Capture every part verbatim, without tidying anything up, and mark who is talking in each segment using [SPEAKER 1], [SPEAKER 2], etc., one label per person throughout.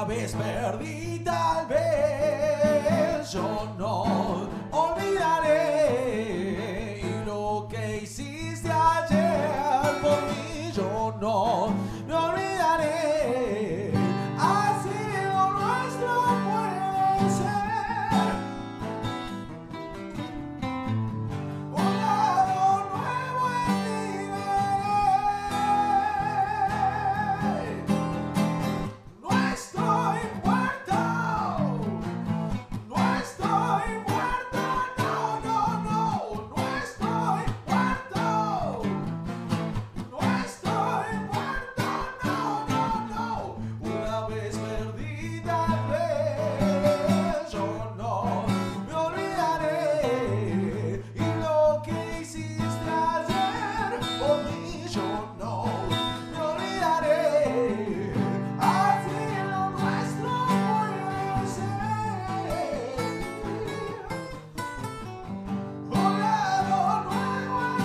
[SPEAKER 1] vez perdí, tal vez yo no olvidaré. Y lo que hiciste ayer por mí, yo no me olvidaré. Así lo nuestro puede ser. Un lado nuevo en ti veré. No estoy muerto, no estoy muerto, no, no, no, no estoy muerto, no estoy muerto, no, no, no. Una vez perdida, vez yo no me olvidaré. Y lo que hiciste ayer por mí, yo no me olvidaré. Así lo nuestro puede ser. Un lado nuevo en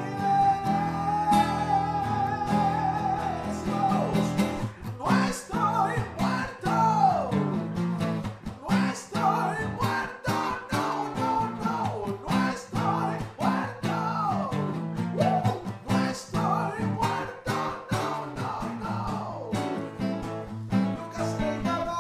[SPEAKER 1] mi No estoy muerto, no estoy muerto, no, no, no, no estoy muerto, no estoy muerto, no, no, no. Lucas Reinaldo.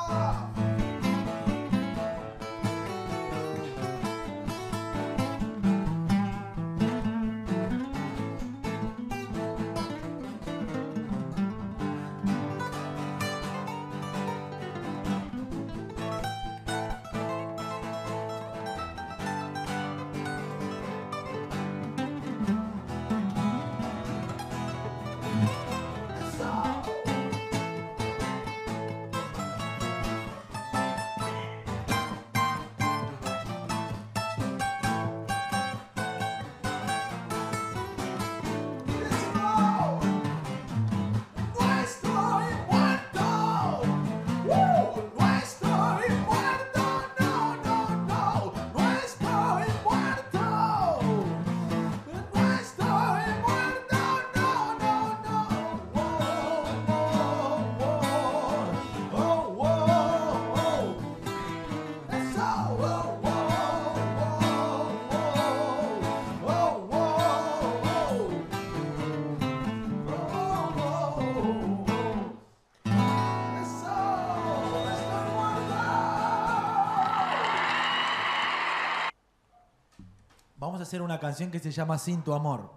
[SPEAKER 1] No estoy muerto, no estoy muerto, no, no, no, no estoy muerto, no estoy muerto, no, no, no, oh, oh, oh, oh, eso, oh, oh, oh, oh, oh, oh,
[SPEAKER 2] Vamos a hacer una canción que se llama Sin tu amor.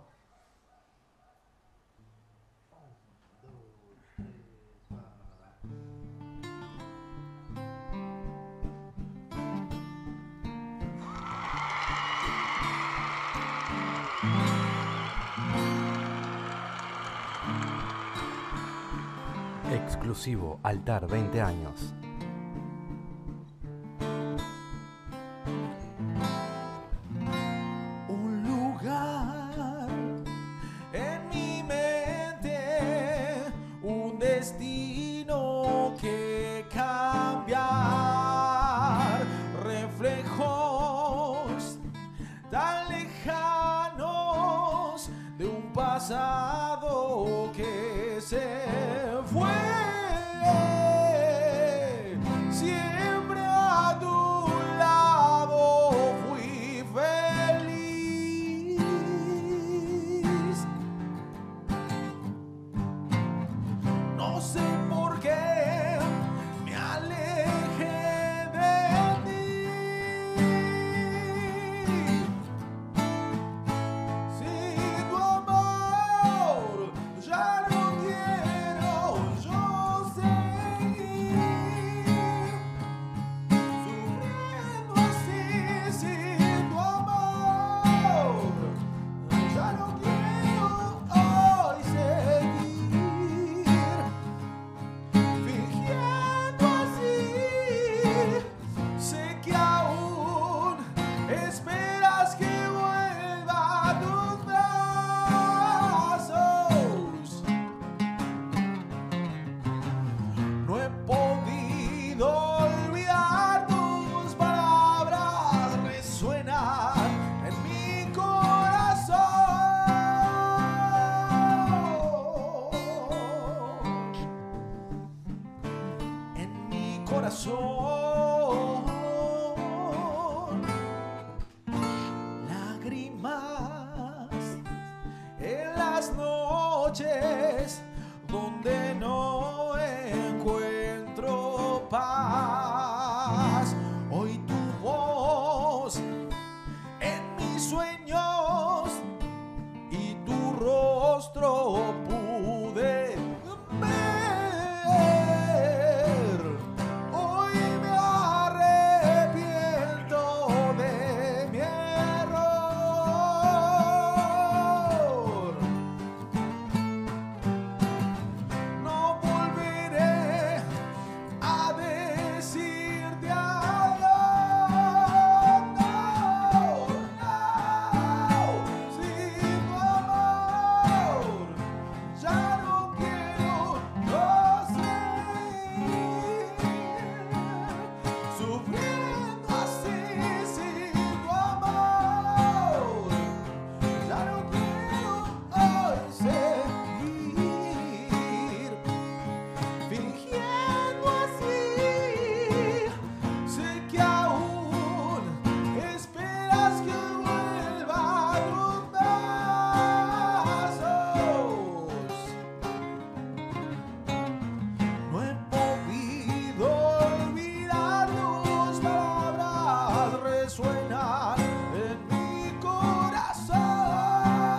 [SPEAKER 3] Exclusivo Altar veinte años.
[SPEAKER 1] Un lugar en mi mente, un destino que cambiar, reflejos tan lejanos de un pasado que se fue. Siempre a tu lado fui feliz. No sé por qué me alejé de ti. Sin tu amor ya no quiero yo lágrimas en las noches donde no encuentro paz. Hoy tu voz en mis sueños y tu rostro pude ver. Hoy me arrepiento de mi error. No volveré a decirte adiós. No, no, sin tu amor ya no quiero yo seguir sufriendo así. Sin tu amor ya no quiero hoy seguir fingiendo así. Sé que aún esperas que vuelva a tus brazos. No he podido olvidar tus palabras, resuenan en mi corazón.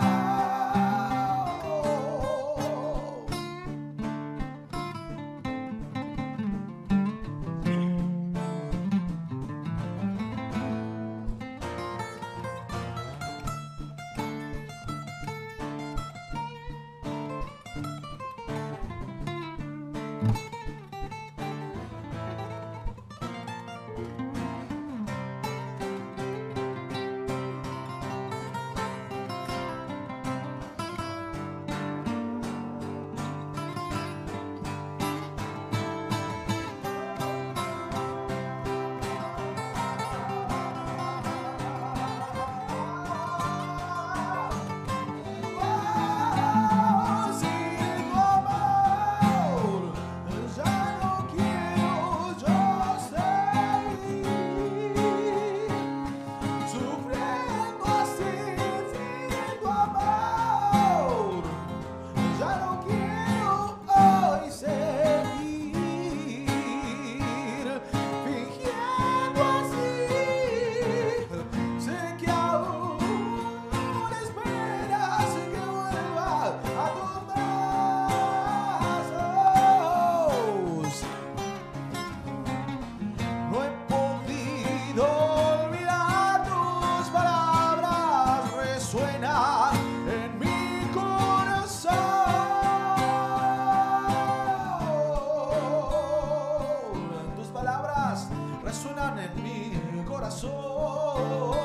[SPEAKER 1] Sin tu amor ya no quiero yo seguir sufriendo así. Sin tu amor ya no quiero hoy seguir fingiendo así. Sé que aún esperas que vuelva a tus brazos. No he podido olvidar tus palabras, resuenan en mi corazón. Tus palabras resuenan en mi corazón.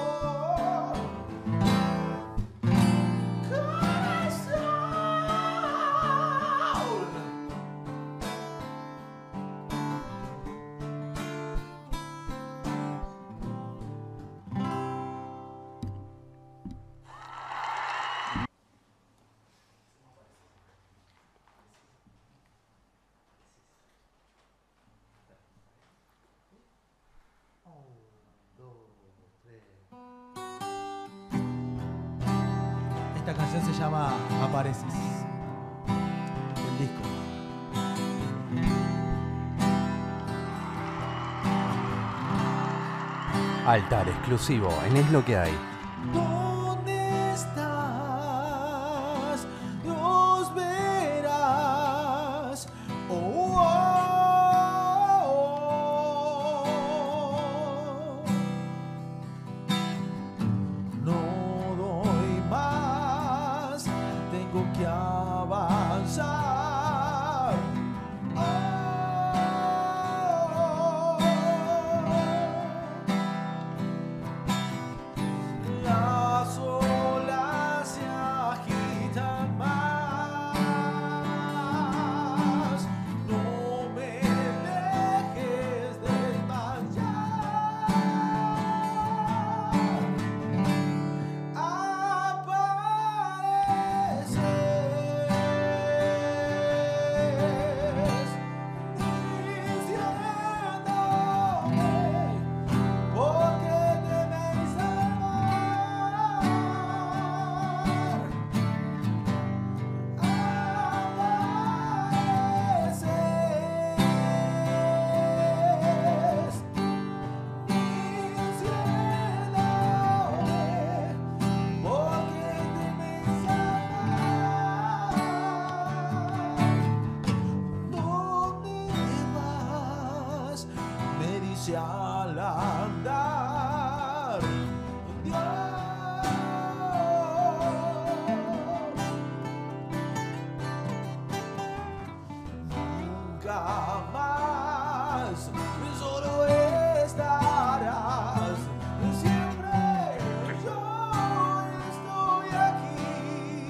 [SPEAKER 2] Esta canción se llama Apareces, del disco.
[SPEAKER 3] Altar exclusivo en Es lo que hay.
[SPEAKER 1] ¿Dónde estás? Dios verás. Oh, oh, oh. No doy más, tengo que avanzar. Oh, las olas se agitan más. No me dejes desmayar. Apareces. nunca más, solo estarás siempre. Yo estoy aquí,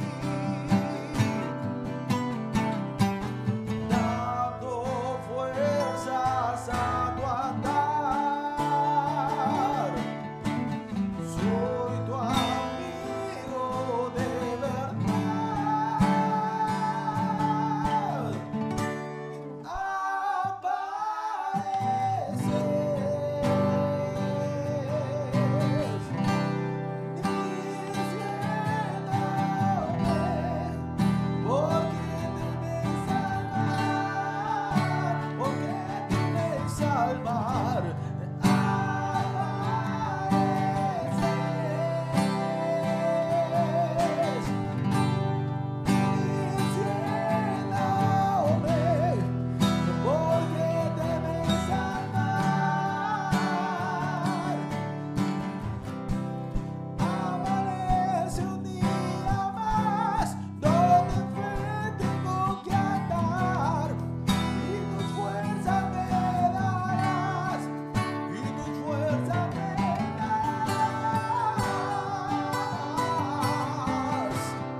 [SPEAKER 1] dando fuerzas a tu andar. Soy tu amigo de verdad. Apareces diciéndome porque debes salvar, porque debes salvar. Amanece un día más donde fe tengo que andar y tus fuerzas me darás, y tus fuerzas me darás.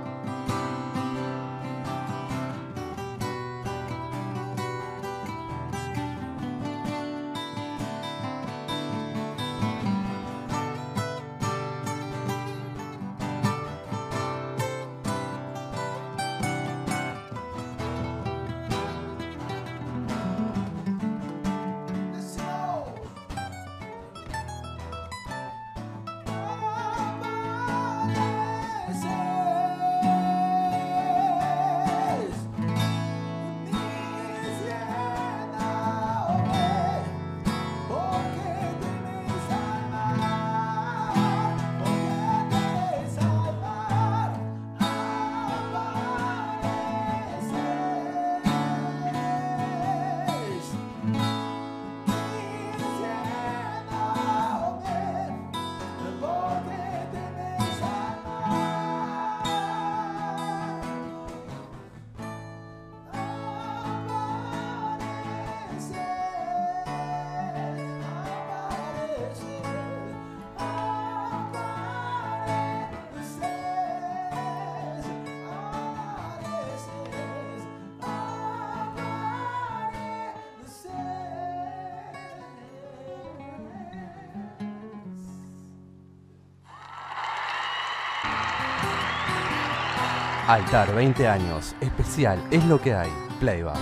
[SPEAKER 3] Altar veinte años, especial Es lo que hay, Playback.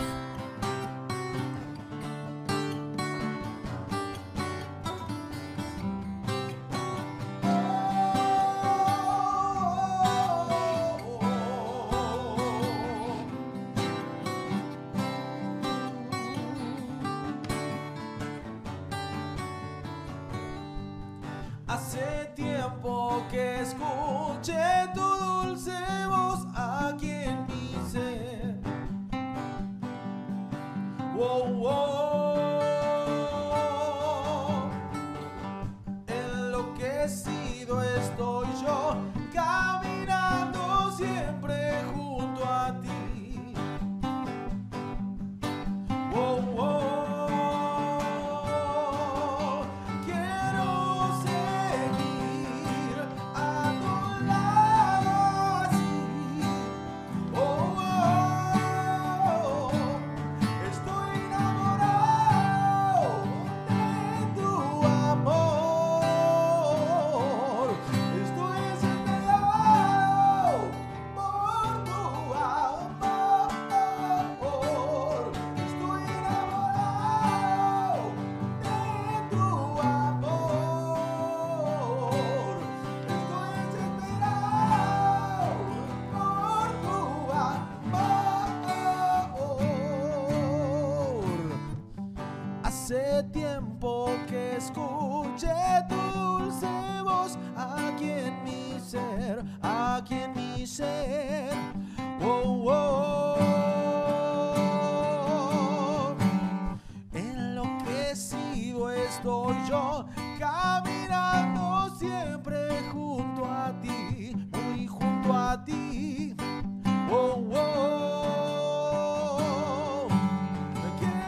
[SPEAKER 1] Hace tiempo que escuché tu dulce voz aquí en mi ser. Wow, wow. Enloquecido estoy yo, caminando siempre junto a ti. Wow, wow. Quiero seguir a tu lado así. Oh, oh. Estoy enamorado de tu amor. Estoy desesperado por tu amor. Estoy enamorado de tu amor. Estoy desesperado por tu amor. Hace tiempo que escuché tu dulce voz aquí en mi ser, aquí en mi ser. Oh, oh. Enloquecido estoy yo, caminando siempre junto a ti, muy junto a ti. Oh, oh.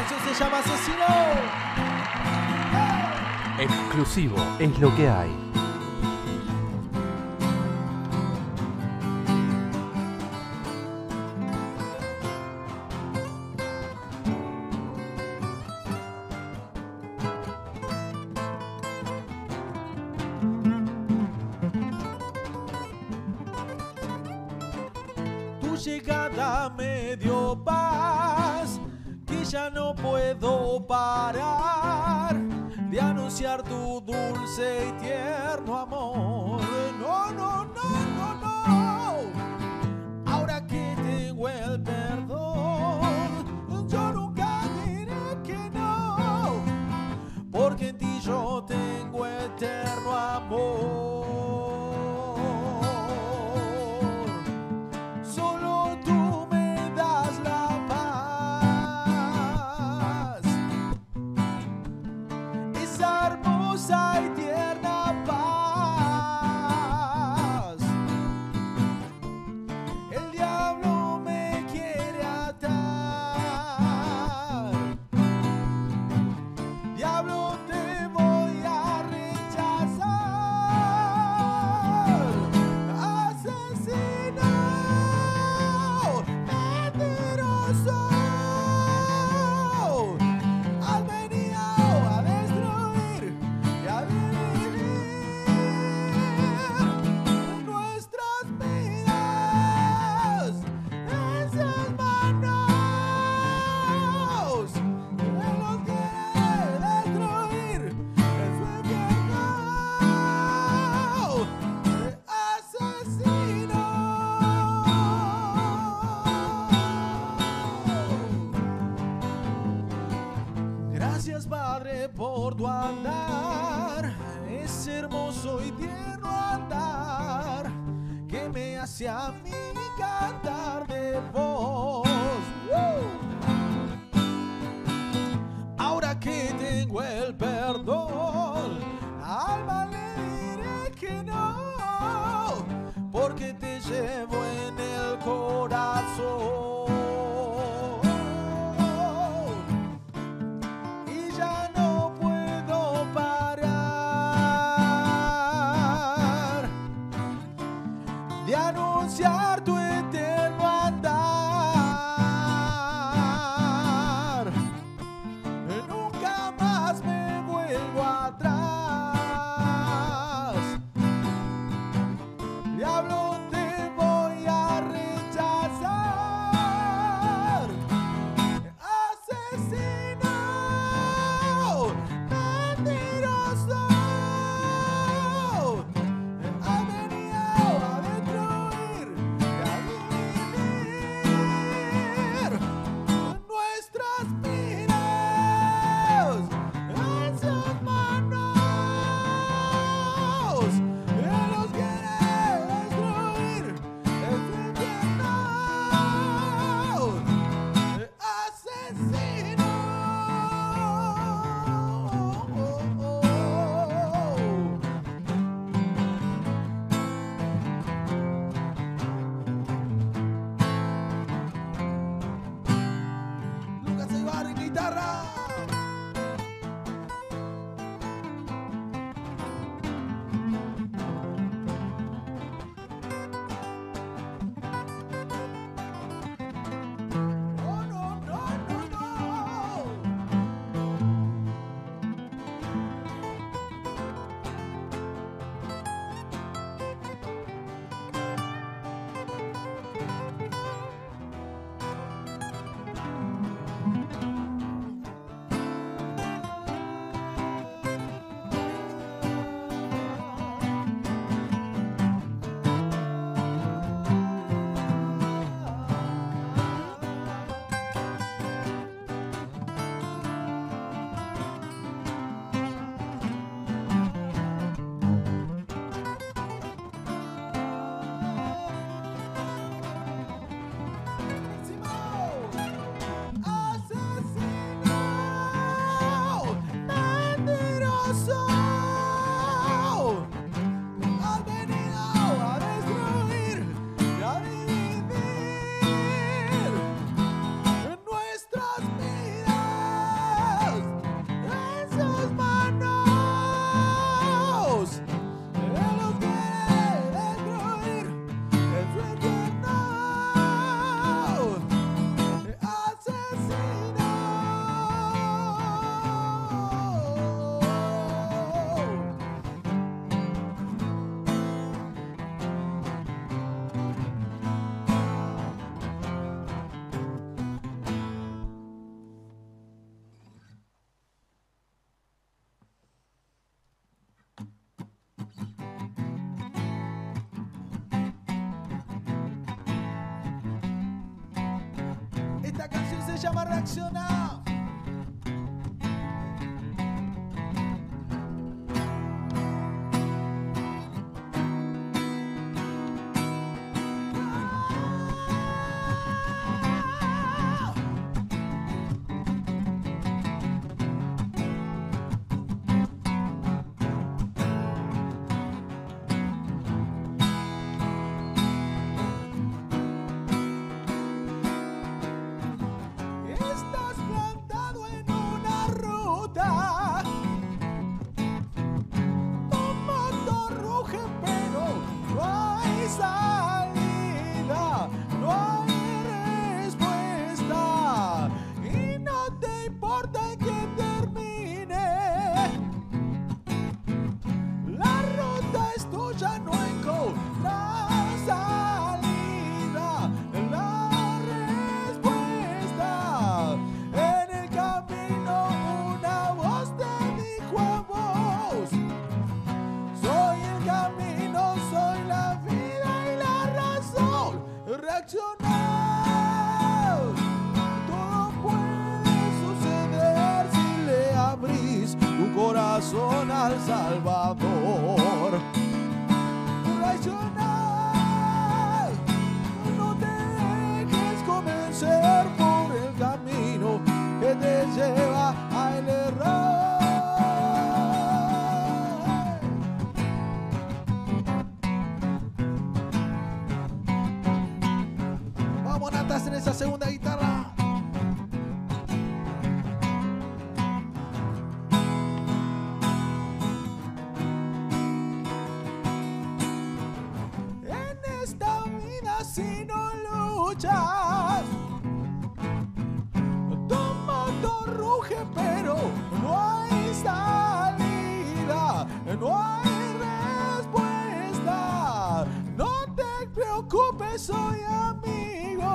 [SPEAKER 2] canción se llama Asesino.
[SPEAKER 3] Exclusivo es lo que hay.
[SPEAKER 2] Tu llegada me dio paz, que ya no puedo parar de anunciar tu dulce y tierno amor. No, no, no, no, no. Ahora que tengo el perdón, yo nunca diré que no, porque en ti yo tengo eterno amor. Solo tú me das la paz, esa hermosa y tierna paz. El diablo me quiere atar, diablo te voy a rechazar. Asesino mentiroso, has venido a destruir y a dividir nuestras vidas. Esas manos que nos quiere destruir en su infierno de asesino. Gracias, Padre, por tu andar, ese hermoso y tierno andar que me hace a mí cantar de voz. ¡Woo! Ahora que tengo el perdón, alma le diré que no, porque te llevo en el corazón. Y ya no puedo parar de anunciar tu eterno andar. Nunca más me vuelvo a Esta canción se llama Reacciona. Estás plantado en una ruta. Tu motor ruge, pero no hay salida, no hay respuesta. Y no te importa que termine. La ruta es tuya, no encontrarás salida. La respuesta en el camino, una voz te dijo a vos: soy el camino, soy la vida y la razón. Reaccionar. Todo puede suceder si le abrís tu corazón al Salvador. Reaccionar. No te dejes convencer por el camino que te lleva al error. Vamos, Natas, en esa segunda guitarra. En esta vida, si no luchas, tu motor ruge, pero no hay salida, no hay respuesta. No te preocupes, soy amigo.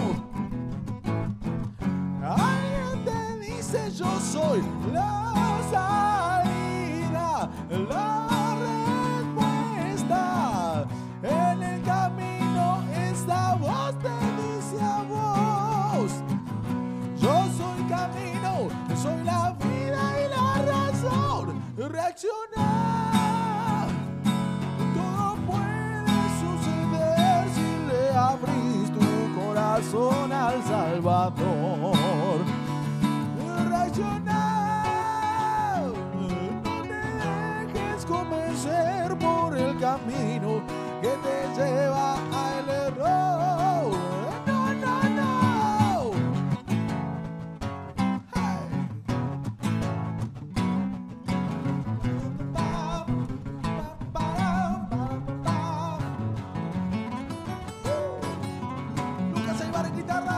[SPEAKER 2] Alguien te dice: yo soy la salida, la respuesta. En el camino esta voz te dice a vos: yo soy camino, soy la vida y la razón. Reacciona. Todo puede suceder si le abrís tu corazón al Salvador. Reacciona. No te dejes convencer por el camino que te lleva al error. No, no, no. Hey. Pam, pam, pam, pam, pam. Uh. Lucas Aybar en guitarra.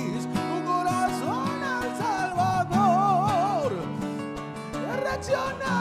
[SPEAKER 2] Reacciona.